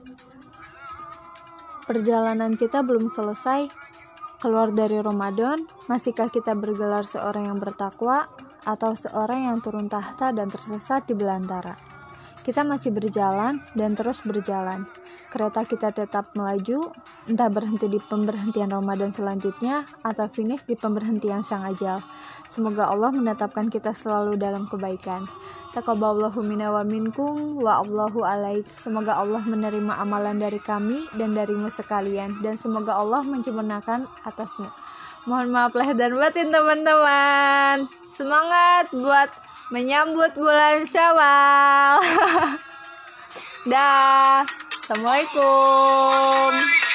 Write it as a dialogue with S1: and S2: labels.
S1: Perjalanan kita belum selesai. Keluar dari Ramadan, masihkah kita bergelar seorang yang bertakwa atau seorang yang turun tahta dan tersesat di belantara? Kita masih berjalan dan terus berjalan. Kereta kita tetap melaju, entah berhenti di pemberhentian Ramadan selanjutnya atau finish di pemberhentian sang ajal. Semoga Allah menetapkan kita selalu dalam kebaikan. Taqabbalallahu minna wa minkum wa Allahu alaik. Semoga Allah menerima amalan dari kami dan darimu sekalian, dan semoga Allah menyempurnakan atasmu. Mohon maaf lahir dan batin teman-teman. Semangat buat menyambut bulan Syawal. Dah. Assalamualaikum.